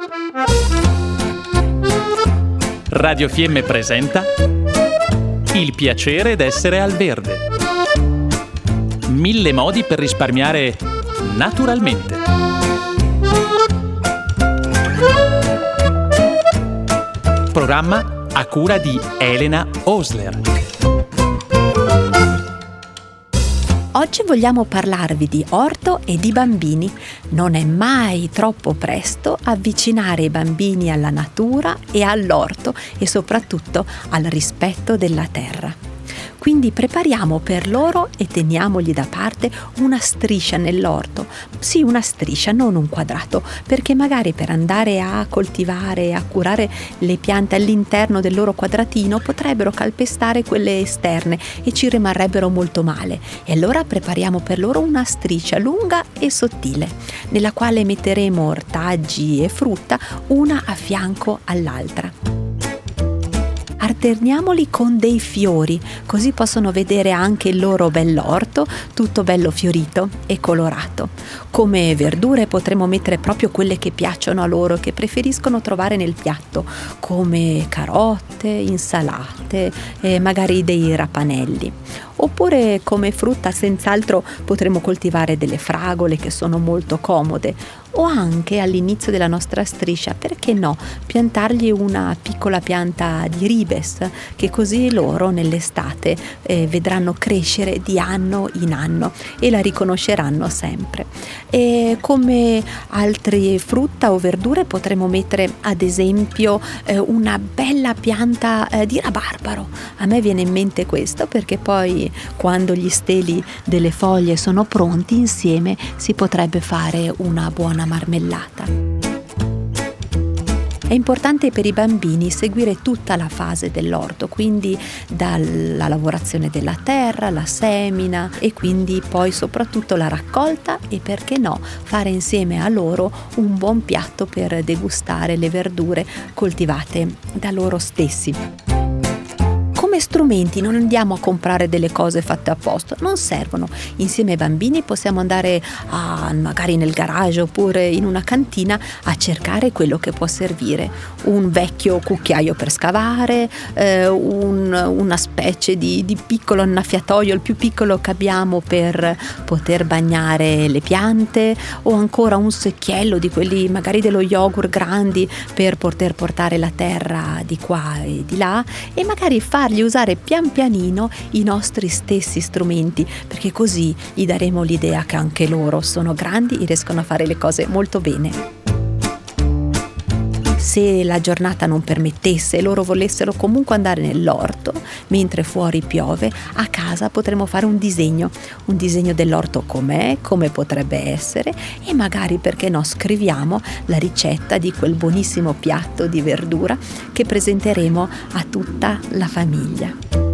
Radio Fiemme presenta Il piacere d'essere al verde. 1000 modi per risparmiare naturalmente. Programma a cura di Elena Osler. Oggi vogliamo parlarvi di orto e di bambini. Non è mai troppo presto avvicinare i bambini alla natura e all'orto e soprattutto al rispetto della terra. Quindi prepariamo per loro e teniamogli da parte una striscia nell'orto. Sì, una striscia, non un quadrato, perché magari per andare a coltivare e a curare le piante all'interno del loro quadratino potrebbero calpestare quelle esterne e ci rimarrebbero molto male. E allora prepariamo per loro una striscia lunga e sottile, nella quale metteremo ortaggi e frutta una a fianco all'altra. Alterniamoli con dei fiori, così possono vedere anche il loro bell'orto, tutto bello fiorito e colorato. Come verdure potremo mettere proprio quelle che piacciono a loro, che preferiscono trovare nel piatto, come carote, insalate e magari dei rapanelli. Oppure come frutta senz'altro potremo coltivare delle fragole che sono molto comode, o anche all'inizio della nostra striscia, perché no, piantargli una piccola pianta di ribes, che così loro nell'estate vedranno crescere di anno in anno e la riconosceranno sempre. E come altre frutta o verdure potremo mettere ad esempio una bella pianta di rabarbaro. A me viene in mente questo perché poi quando gli steli delle foglie sono pronti, insieme si potrebbe fare una buona marmellata. È importante per i bambini seguire tutta la fase dell'orto, quindi dalla lavorazione della terra, la semina e quindi poi soprattutto la raccolta e, perché no, fare insieme a loro un buon piatto per degustare le verdure coltivate da loro stessi. Come strumenti non andiamo a comprare delle cose fatte apposta, non servono. Insieme ai bambini possiamo andare magari nel garage oppure in una cantina a cercare quello che può servire. Un vecchio cucchiaio per scavare, una specie di piccolo annaffiatoio, il più piccolo che abbiamo per poter bagnare le piante, o ancora un secchiello di quelli magari dello yogurt grandi per poter portare la terra di qua e di là, e magari fargli usare pian pianino i nostri stessi strumenti, perché così gli daremo l'idea che anche loro sono grandi e riescono a fare le cose molto bene. Se la giornata non permettesse e loro volessero comunque andare nell'orto mentre fuori piove, a casa potremo fare un disegno dell'orto com'è, come potrebbe essere, e magari, perché no, scriviamo la ricetta di quel buonissimo piatto di verdura che presenteremo a tutta la famiglia.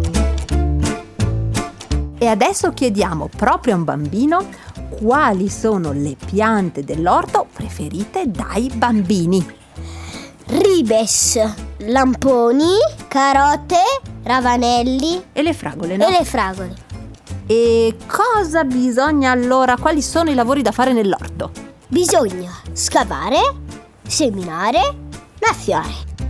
E adesso chiediamo proprio a un bambino quali sono le piante dell'orto preferite dai bambini. Ribes, lamponi, carote, ravanelli E le fragole, no? e le fragole. E cosa bisogna allora? Quali sono i lavori da fare nell'orto? Bisogna scavare, seminare, annaffiare.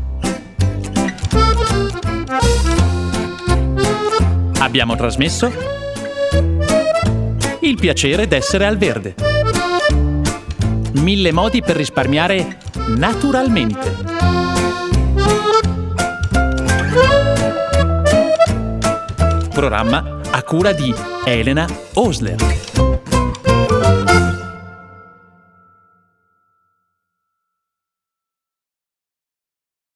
Abbiamo trasmesso Il piacere d'essere al verde. 1000 modi per risparmiare naturalmente. Programma a cura di Elena Osler.